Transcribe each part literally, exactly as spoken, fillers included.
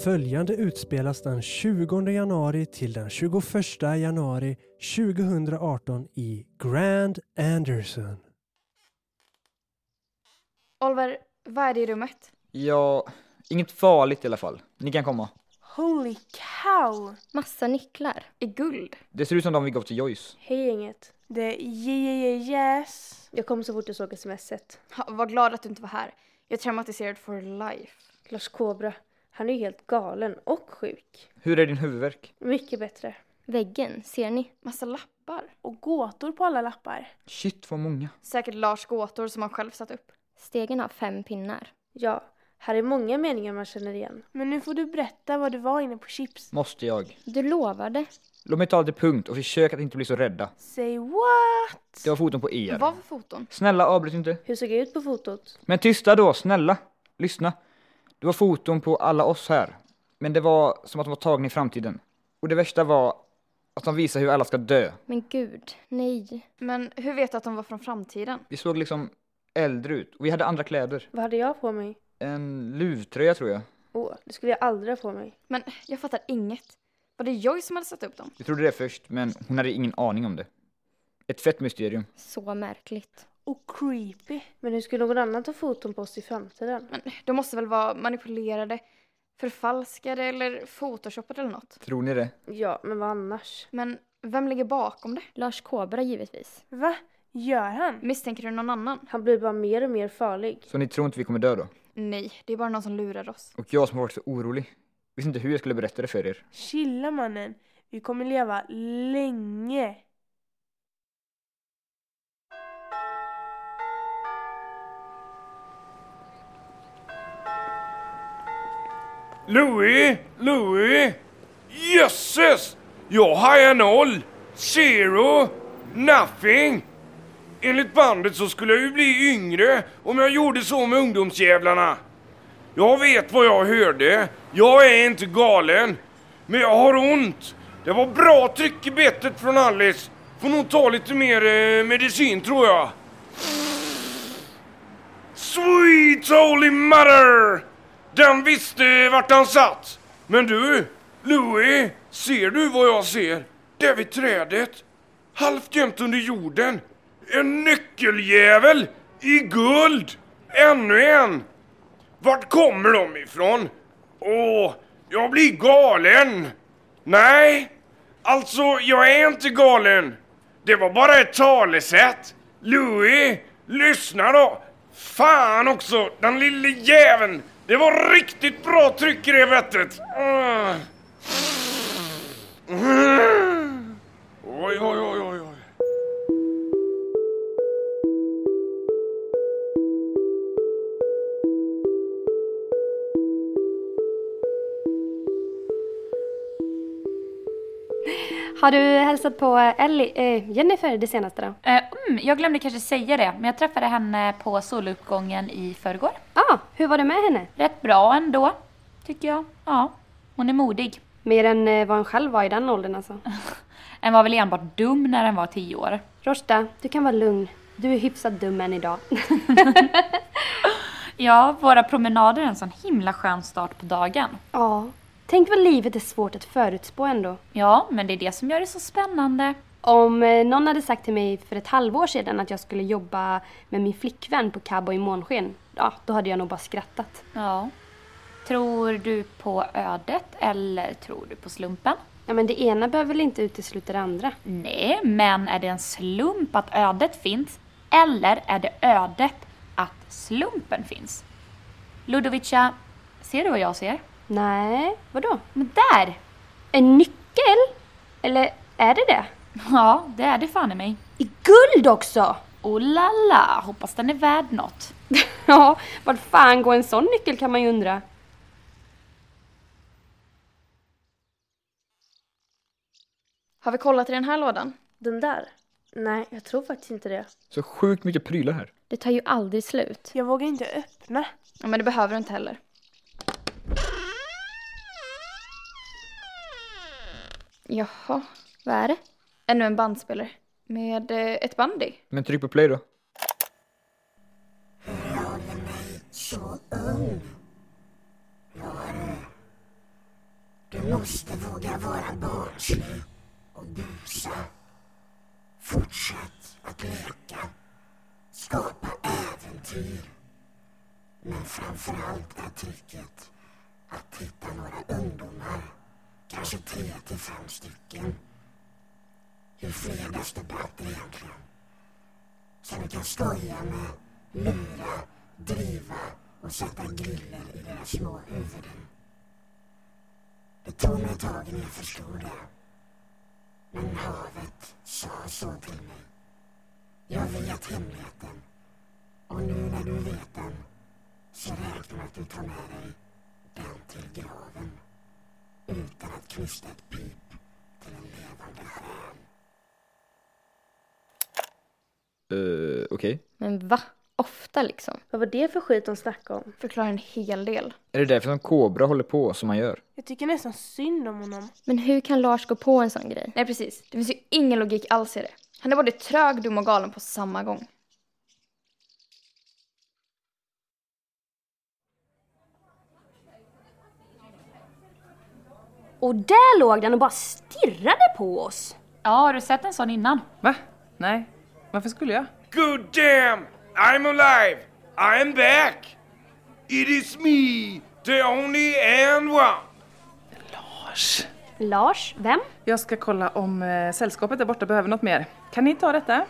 Följande utspelas den tjugonde januari till den tjugoförsta januari tjugohundraarton i Grand Anderson. Oliver, vad är det i rummet? Ja, inget farligt i alla fall. Ni kan komma. Holy cow! Massa nycklar. I guld. Det ser ut som de vi gav till Joyce. Hej gänget. Det är yes. Jag kom så fort jag såg smset. Ha, var glad att du inte var här. Jag är traumatiserad for life. Lars Kobra, han är ju helt galen och sjuk. Hur är din huvudvärk? Mycket bättre. Väggen, ser ni? Massa lappar. Och gåtor på alla lappar. Shit, vad många. Säkert Lars gåtor som han själv satt upp. Stegen har fem pinnar. Ja, här är många meningar man känner igen. Men nu får du berätta vad det var inne på Chips. Måste jag? Du lovade. Låt mig ta till punkt och försök att inte bli så rädda. Say what? Det var foton på er. Vad för foton? Snälla, avbryt inte. Hur såg jag ut på fotot? Men tysta då, snälla. Lyssna. Det var foton på alla oss här. Men det var som att de var tagna i framtiden. Och det värsta var att de visar hur alla ska dö. Men gud, nej. Men hur vet du att de var från framtiden? Vi såg liksom äldre ut. Och vi hade andra kläder. Vad hade jag på mig? En luvtröja tror jag. Åh, det skulle jag aldrig ha på mig. Men jag fattar inget. Var det Joyce som hade satt upp dem? Vi trodde det först, men hon hade ingen aning om det. Ett fett mysterium. Så märkligt. Och creepy. Men hur skulle någon annan ta foton på oss i framtiden? Men de måste väl vara manipulerade, förfalskade eller photoshoppade eller något. Tror ni det? Ja, men vad annars? Men vem ligger bakom det? Lars Kobra givetvis. Va? Gör han? Misstänker du någon annan? Han blir bara mer och mer farlig. Så ni tror inte vi kommer dö då? Nej, det är bara någon som lurar oss. Och jag som har varit så orolig. Visste inte hur jag skulle berätta det för er. Chilla mannen. Vi kommer leva länge. Louis, Louis, jösses! Jag hajar noll, zero, nothing. Enligt bandet så skulle jag ju bli yngre om jag gjorde så med ungdomsjävlarna. Jag vet vad jag hörde, jag är inte galen, men jag har ont. Det var bra tryck i bettet från Alice. Får nog ta lite mer eh, medicin tror jag. Sweet holy mother! Den visste vart han satt. Men du, Louis, ser du vad jag ser? Där vid trädet. Halvt gömt under jorden. En nyckeljävel i guld. Ännu en. Vart kommer de ifrån? Åh, jag blir galen. Nej, alltså jag är inte galen. Det var bara ett talesätt. Louis, lyssna då. Fan också, den lille jäveln. Det var riktigt bra tryck i det vettet. Mm. Mm. Oj, oj, oj, oj, oj. Har du hälsat på Ellie, eh, Jennifer det senaste då? Uh, mm, jag glömde kanske säga det, men jag träffade henne på soluppgången i förrgår. Ja, ah, hur var det med henne? Rätt bra ändå, tycker jag. Ja, hon är modig. Mer än eh, vad hon själv var i den åldern alltså. En var väl enbart dum när den var tio år. Rosta, du kan vara lugn. Du är hyfsat dum än idag. Ja, våra promenader är en sån himla skön start på dagen. Ja, tänk vad livet är svårt att förutspå ändå. Ja, men det är det som gör det så spännande. Om eh, någon hade sagt till mig för ett halvår sedan att jag skulle jobba med min flickvän på Cowboy i månsken, ja, då hade jag nog bara skrattat. Ja. Tror du på ödet eller tror du på slumpen? Ja, men det ena behöver väl inte utesluta det andra? Nej, men är det en slump att ödet finns eller är det ödet att slumpen finns? Ludovica, ser du vad jag ser? Nej, vadå? Men där! En nyckel? Eller är det det? Ja, det är det fan i mig. I guld också! Oh la la, hoppas den är värd något. Ja, vad fan går en sån nyckel kan man ju undra. Har vi kollat i den här lådan? Den där? Nej, jag tror faktiskt inte det. Så sjukt mycket prylar här. Det tar ju aldrig slut. Jag vågar inte öppna. Ja, men det behöver du inte heller. Jaha, Vad är det? ännu en bandspelare. Med eh, ett band i. Men tryck på play då. Så ung. Jag är måste våga vara barnslig och busa. Fortsätt att leka. Skapa äventyr. Men framförallt är tricket att hitta några ungdomar. Kanske tre till fem stycken. Ju fler desto bättre egentligen. Så du kan skoja med, lura, driva och sätta griller i deras små huvuden. Det tog mig ett tag när jag förstod det. Men havet sa så till mig. Jag vet hemligheten. Och nu när du vet den så räknar att du tar med dig den till graven. Utan att knysta ett pip till en levande själ. Uh, Okej. Okay. Men va? Ofta liksom. Vad var det för skit de snackade om? Förklarar en hel del. Är det därför som Kobra håller på som man gör? Jag tycker nästan synd om honom. Men hur kan Lars gå på en sån grej? Nej, precis. Det finns ju ingen logik alls i det. Han är både trög, dum och galen på samma gång. Och där låg den och bara stirrade på oss. Ja, har du sett en sån innan? Va? Nej. Varför skulle jag? Good damn! I'm alive! I'm back! It is me, the only and one! Lars. Lars, vem? Jag ska kolla om eh, sällskapet där borta behöver något mer. Kan ni ta detta?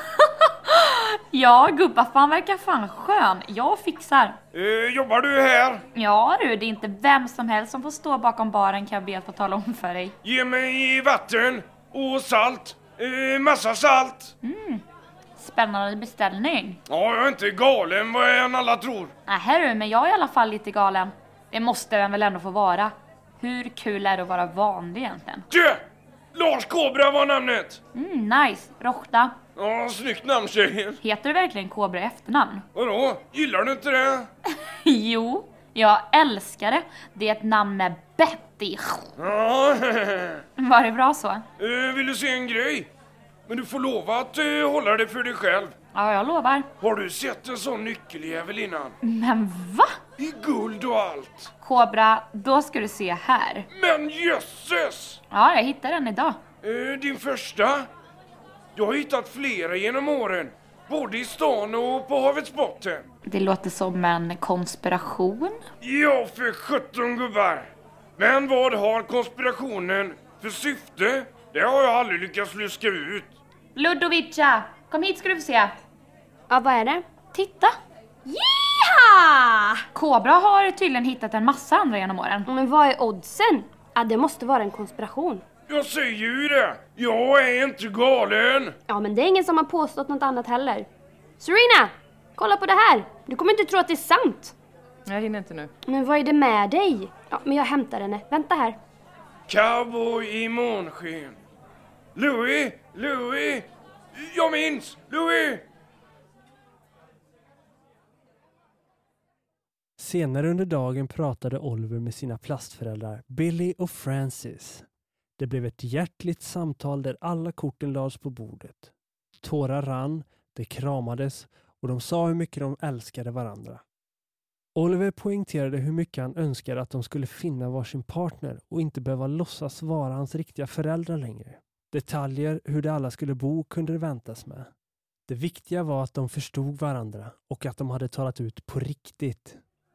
Ja, gubba, fan verkar fan skön. Jag fixar. Uh, jobbar du här? Ja du, det är inte vem som helst som får stå bakom baren, kan jag be att få tala om för dig. Ge mig vatten och salt. Uh, massa salt. Mm. Spännande beställning. Ja, jag är inte galen vad än alla tror. Nej du, men jag är i alla fall lite galen. Det måste den väl ändå få vara. Hur kul är det att vara vanlig egentligen? Tjö! Lars Kobra var namnet. Mm, nice. Rochta. Ja, snyggt namn tjejen. Heter du verkligen Kobra i efternamn? Vadå? Gillar du inte det? Jo, jag älskar det. Det är ett namn med Betty. Ja. Var det bra så? Uh, vill du se en grej? Men du får lova att uh, hålla det för dig själv. Ja, jag lovar. Har du sett en sån nyckeljävel innan? Men va? I guld och allt. Kobra, då ska du se här. Men jösses! Ja, jag hittade den idag. Uh, din första? Jag har hittat flera genom åren. Både i stan och på havets botten. Det låter som en konspiration. Ja, för sjutton gubbar. Men vad har konspirationen för syfte? Det har jag aldrig lyckats luska ut. Ludovica, kom hit ska du få se. Ja, vad är det? Titta. Jiha! Kobra har tydligen hittat en massa andra genom åren. Men vad är oddsen? Ja, det måste vara en konspiration. Jag säger ju det. Jag är inte galen. Ja, men det är ingen som har påstått något annat heller. Serena, kolla på det här. Du kommer inte tro att det är sant. Jag hinner inte nu. Men vad är det med dig? Ja, men jag hämtar henne. Vänta här. Cowboy i månsken. Louis, Louis. Jag minns, Louis. Senare under dagen pratade Oliver med sina plastföräldrar Billy och Francis. Det blev ett hjärtligt samtal där alla korten lades på bordet. Tårar rann, det kramades och de sa hur mycket de älskade varandra. Oliver poängterade hur mycket han önskade att de skulle finna varsin partner och inte behöva låtsas vara hans riktiga föräldrar längre. Detaljer hur de alla skulle bo kunde det väntas med. Det viktiga var att de förstod varandra och att de hade talat ut på riktigt.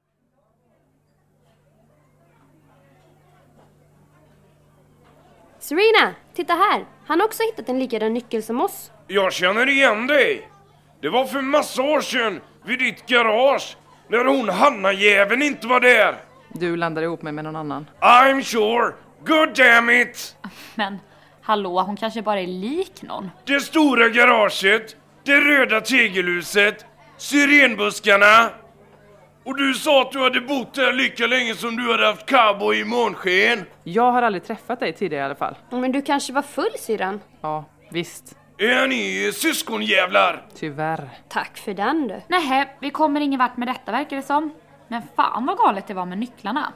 Serena, titta här. Han har också hittat en likadan nyckel som oss. Jag känner igen dig. Det var för massa år sedan vid ditt garage när hon Hanna-jäveln inte var där. Du landar ihop mig med någon annan. I'm sure. God damn it. Men hallå, hon kanske bara är lik någon. Det stora garaget, det röda tegelhuset, syrenbuskarna. Och du sa att du hade bott där lika länge som du hade haft cowboy i månsken. Jag har aldrig träffat dig tidigare i alla fall. Men du kanske var full, syrran. Ja, visst. Är ni syskonjävlar? Tyvärr. Tack för den, du. Nej, vi kommer ingen vart med detta verkar det som. Men fan vad galet det var med nycklarna.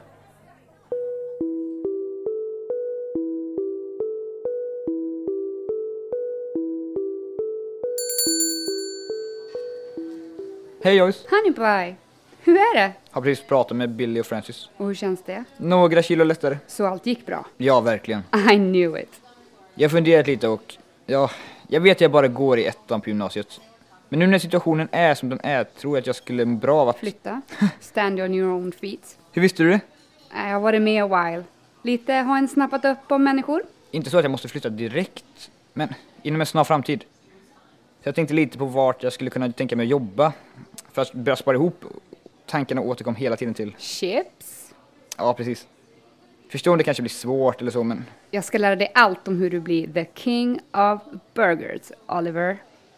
Hej Joyce. Honey boy, hur hur är det? Har precis pratat med Billy och Francis. Och hur känns det? Några kilo lättare. Så allt gick bra? Ja, verkligen. I knew it. Jag har funderat lite och ja, jag vet att jag bara går i ettan på gymnasiet. Men nu när situationen är som den är tror jag att jag skulle må bra av att... Flytta? Stand on your own feet? Hur visste du det? Jag har varit med a while. Lite har en snappat upp om människor. Inte så att jag måste flytta direkt, men inom en snar framtid. Så jag tänkte lite på vart jag skulle kunna tänka mig att jobba för att börja spara ihop. Tankarna återkom hela tiden till... Chips? Ja, precis. Förstår om det kanske blir svårt eller så, men... Jag ska lära dig allt om hur du blir the king of burgers, Oliver.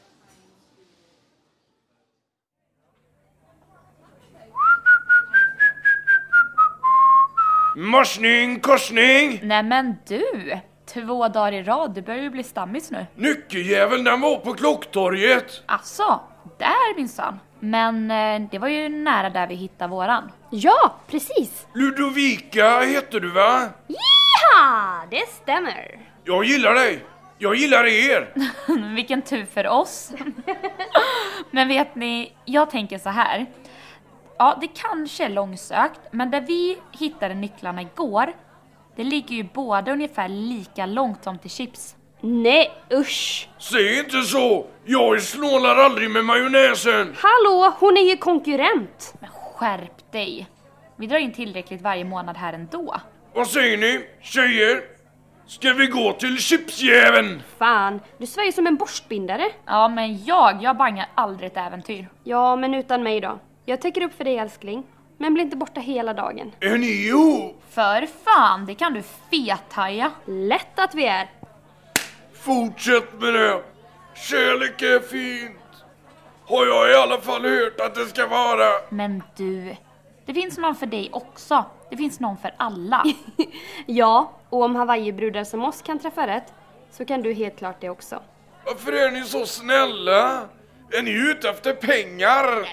Morsning, korsning! Nej men du, två dagar i rad, du börjar ju bli stammis nu. Nyckeljäveln, den var på Klocktorget. Asså, där minsann. Men eh, det var ju nära där vi hittade våran. Ja, precis. Ludovika heter du, va? Ja, det stämmer. Jag gillar dig. Jag gillar er. Vilken tur för oss. Men vet ni, jag tänker så här. Ja, det kanske är långsökt, men där vi hittade nycklarna igår, det ligger ju båda ungefär lika långt som till Chips. Nej, usch. Säg inte så. Jag snålar aldrig med majonnäsen. Hallå, hon är ju konkurrent. Men skärp dig. Vi drar in tillräckligt varje månad här ändå. Vad säger ni, tjejer? Ska vi gå till chipsjäveln? Fan, du svär ju som en borstbindare. Ja, men jag, jag bangar aldrig ett äventyr. Ja, men utan mig då. Jag täcker upp för dig, älskling. Men bli inte borta hela dagen. Är ni ihop? För fan, det kan du fethaja. Lätt att vi är. Fortsätt med det. Kärlek är fint. Har jag i alla fall hört att det ska vara. Men du, det finns någon för dig också. Det finns någon för alla. Ja, och om Hawaii-brudar som oss kan träffa rätt, så kan du helt klart det också. Varför är ni så snälla? Är ni ute efter pengar?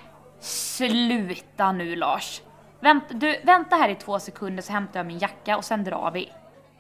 Sluta nu, Lars. Vänt, du, vänta här i två sekunder så hämtar jag min jacka och sen drar vi.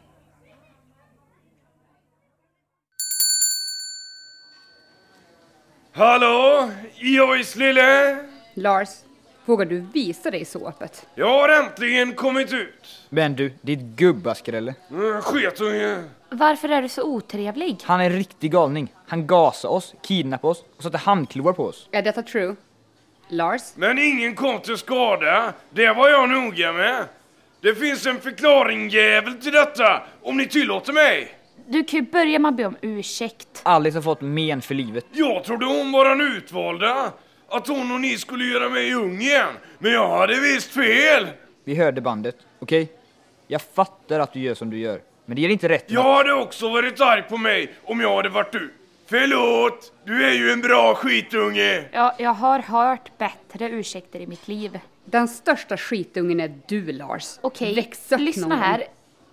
Hallå, Joyce lille. Lars, vågar du visa dig så öppet? Jag har äntligen kommit ut. Men du, ditt gubbaskrelle. Mm, Sketunge. Varför är du så otrevlig? Han är en riktig galning. Han gasade oss, kidnappade oss och satte handklovar på oss. Är detta true? Lars? Men ingen kom till skada. Det var jag noga med. Det finns en förklaring jävel till detta, om ni tillåter mig. Du kan ju börja med att be om ursäkt. Alice har fått men för livet. Jag trodde hon var den utvalda. Att hon och ni skulle göra mig ung igen. Men jag hade visst fel. Vi hörde bandet, okej? Okay? Jag fattar att du gör som du gör. Men det ger inte rätt. Jag hade också varit arg på mig om jag hade varit du. Förlåt, du är ju en bra skitunge. Ja, jag har hört bättre ursäkter i mitt liv. Den största skitungen är du, Lars. Okej, Väx upp lyssna någon. här.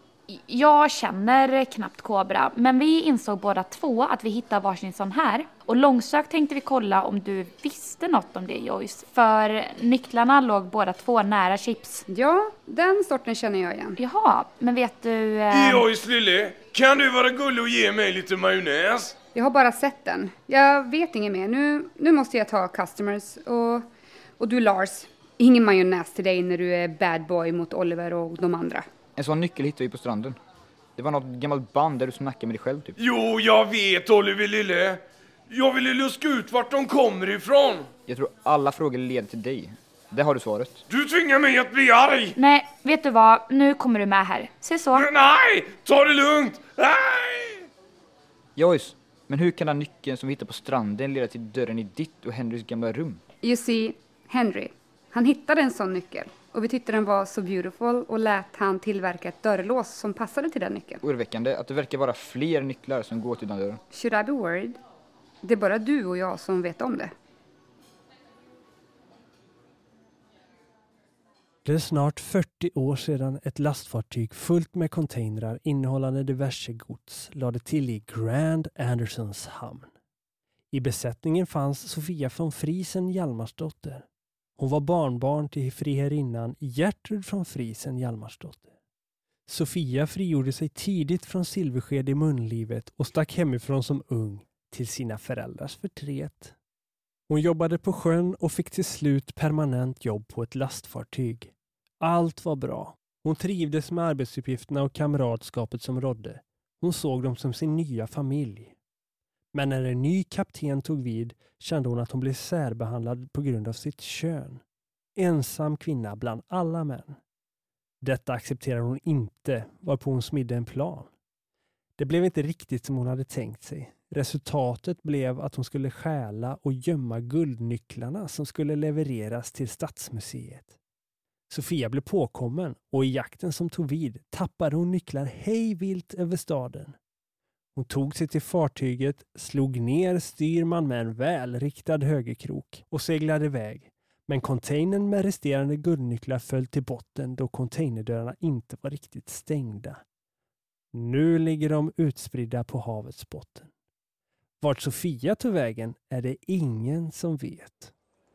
Jag känner knappt Kobra, men vi insåg båda två att vi hittade varsin sån här. Och långsökt tänkte vi kolla om du visste något om det, Joyce. För nycklarna låg båda två nära Chips. Ja, den sorten känner jag igen. Jaha, men vet du... Eh... Joyce lille, kan du vara gullig och ge mig lite majonnäs? Jag har bara sett den. Jag vet inget mer. Nu, nu måste jag ta customers. Och, och du, Lars, ingen majonnäs till dig när du är bad boy mot Oliver och de andra. En sån nyckel hittade vi på stranden. Det var något gammalt band där du snackade med dig själv typ. Jo, jag vet, Oliver lille. Jag ville luska ut vart de kommer ifrån. Jag tror alla frågor leder till dig. Det har du svaret. Du tvingar mig att bli arg. Nej, vet du vad? Nu kommer du med här. Se så. Nej, ta det lugnt. Nej! Joyce, men hur kan den nyckeln som vi hittade på stranden leda till dörren i ditt och Henrys gamla rum? You see, Henry, han hittade en sån nyckel. Och vi tyckte den var så beautiful och lät han tillverka ett dörrlås som passade till den nyckeln. Oroväckande att det verkar vara fler nycklar som går till den dörren. Should I be worried? Det är bara du och jag som vet om det. Det är snart fyrtio år sedan ett lastfartyg fullt med containrar innehållande diverse gods lade till i Grand Andersons hamn. I besättningen fanns Sofia von Friesen Hjalmarsdotter. Hon var barnbarn till friherrinnan Gertrud von Friesen Hjalmarsdotter. Sofia frigjorde sig tidigt från silversked i munlivet och stack hemifrån som ung till sina föräldrars förtret. Hon jobbade på sjön och fick till slut permanent jobb på ett lastfartyg. Allt var bra. Hon trivdes med arbetsuppgifterna och kamratskapet som rådde. Hon såg dem som sin nya familj. Men när en ny kapten tog vid kände hon att hon blev särbehandlad på grund av sitt kön. Ensam kvinna bland alla män. Detta accepterade hon inte, varpå hon smidde en plan. Det blev inte riktigt som hon hade tänkt sig. Resultatet blev att hon skulle stjäla och gömma guldnycklarna som skulle levereras till Stadsmuseet. Sofia blev påkommen och i jakten som tog vid tappade hon nycklar hejvilt över staden. Hon tog sig till fartyget, slog ner styrman med en välriktad högerkrok och seglade iväg. Men containern med resterande guldnycklar föll till botten då containerdörrarna inte var riktigt stängda. Nu ligger de utspridda på havets botten. Vart Sofia tog vägen är det ingen som vet.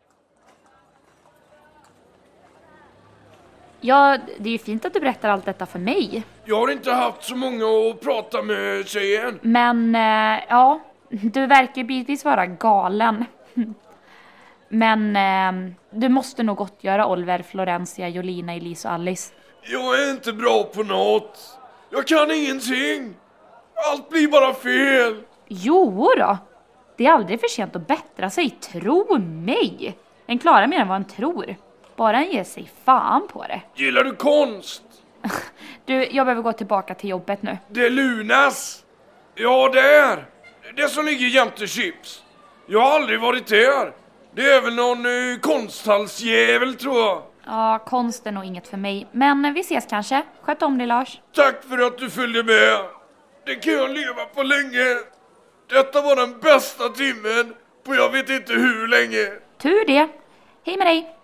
Ja, det är ju fint att du berättar allt detta för mig. Jag har inte haft så många att prata med, tjejen. Men, eh, ja, du verkar bitvis vara galen. Men eh, du måste nog gottgöra Oliver, Florencia, Jolina, Elise och Alice. Jag är inte bra på något. Jag kan ingenting. Allt blir bara fel. Jo då. Det är aldrig för sent att bättra sig, tro mig. En klarar mer än vad en tror. Bara en ger sig fan på det. Gillar du konst? Du, jag behöver gå tillbaka till jobbet nu. Det är Lunas. Ja, där. Det som ligger jämte chips. Jag har aldrig varit där. Det är väl någon uh, konsthallsjävel, tror jag. Ja, konst är nog inget för mig. Men vi ses kanske. Sköt om dig, Lars. Tack för att du följde med. Det kan jag leva på länge. Detta var den bästa timmen på jag vet inte hur länge. Tur det. Hej med dig.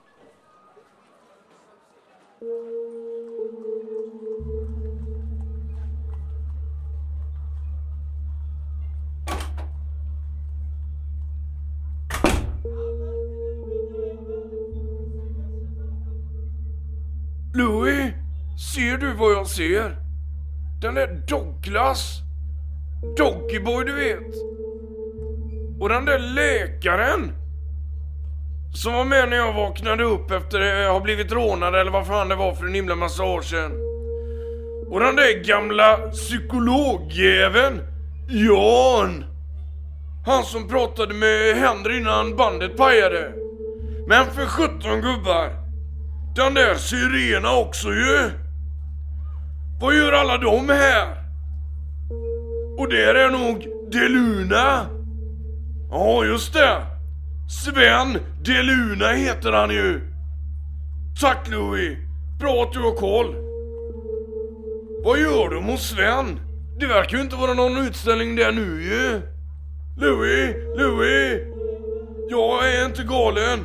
Louis, ser du vad jag ser? Den där Douglas. Doggyboy, du vet. Och den där läkaren som var med när jag vaknade upp efter att jag har blivit rånad eller vad fan det var för en himla massa år sedan. Och den där gamla psykologjäveln Jan. Han som pratade med Henry innan bandet pajade. Men för sjutton gubbar. Den där Sirena också ju. Vad gör alla de här? Och där är nog Deluna. Ja, just det. Sven Deluna heter han ju. Tack, Louis. Bra att du har koll. Vad gör de hos Sven? Det verkar ju inte vara någon utställning där nu ju. Louis, Louis. Jag är inte galen.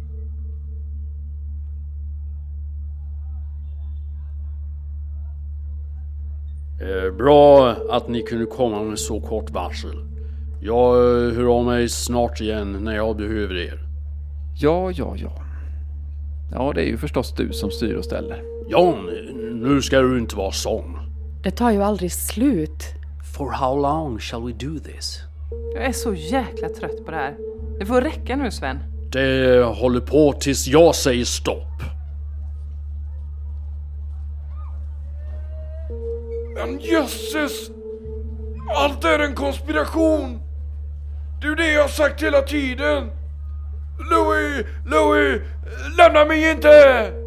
Eh, bra att ni kunde komma med så kort varsel. Jag eh, hör av mig snart igen när jag behöver er. Ja, ja, ja. Ja, det är ju förstås du som styr och ställer. Jan, nu ska du inte vara sån. Det tar ju aldrig slut. For how long shall we do this? Jag är så jäkla trött på det här. Det får räcka nu, Sven. Det håller på tills jag säger stopp. Men jösses! Allt är en konspiration! Det är det jag har sagt hela tiden! Louis! Louis! Lämna mig inte!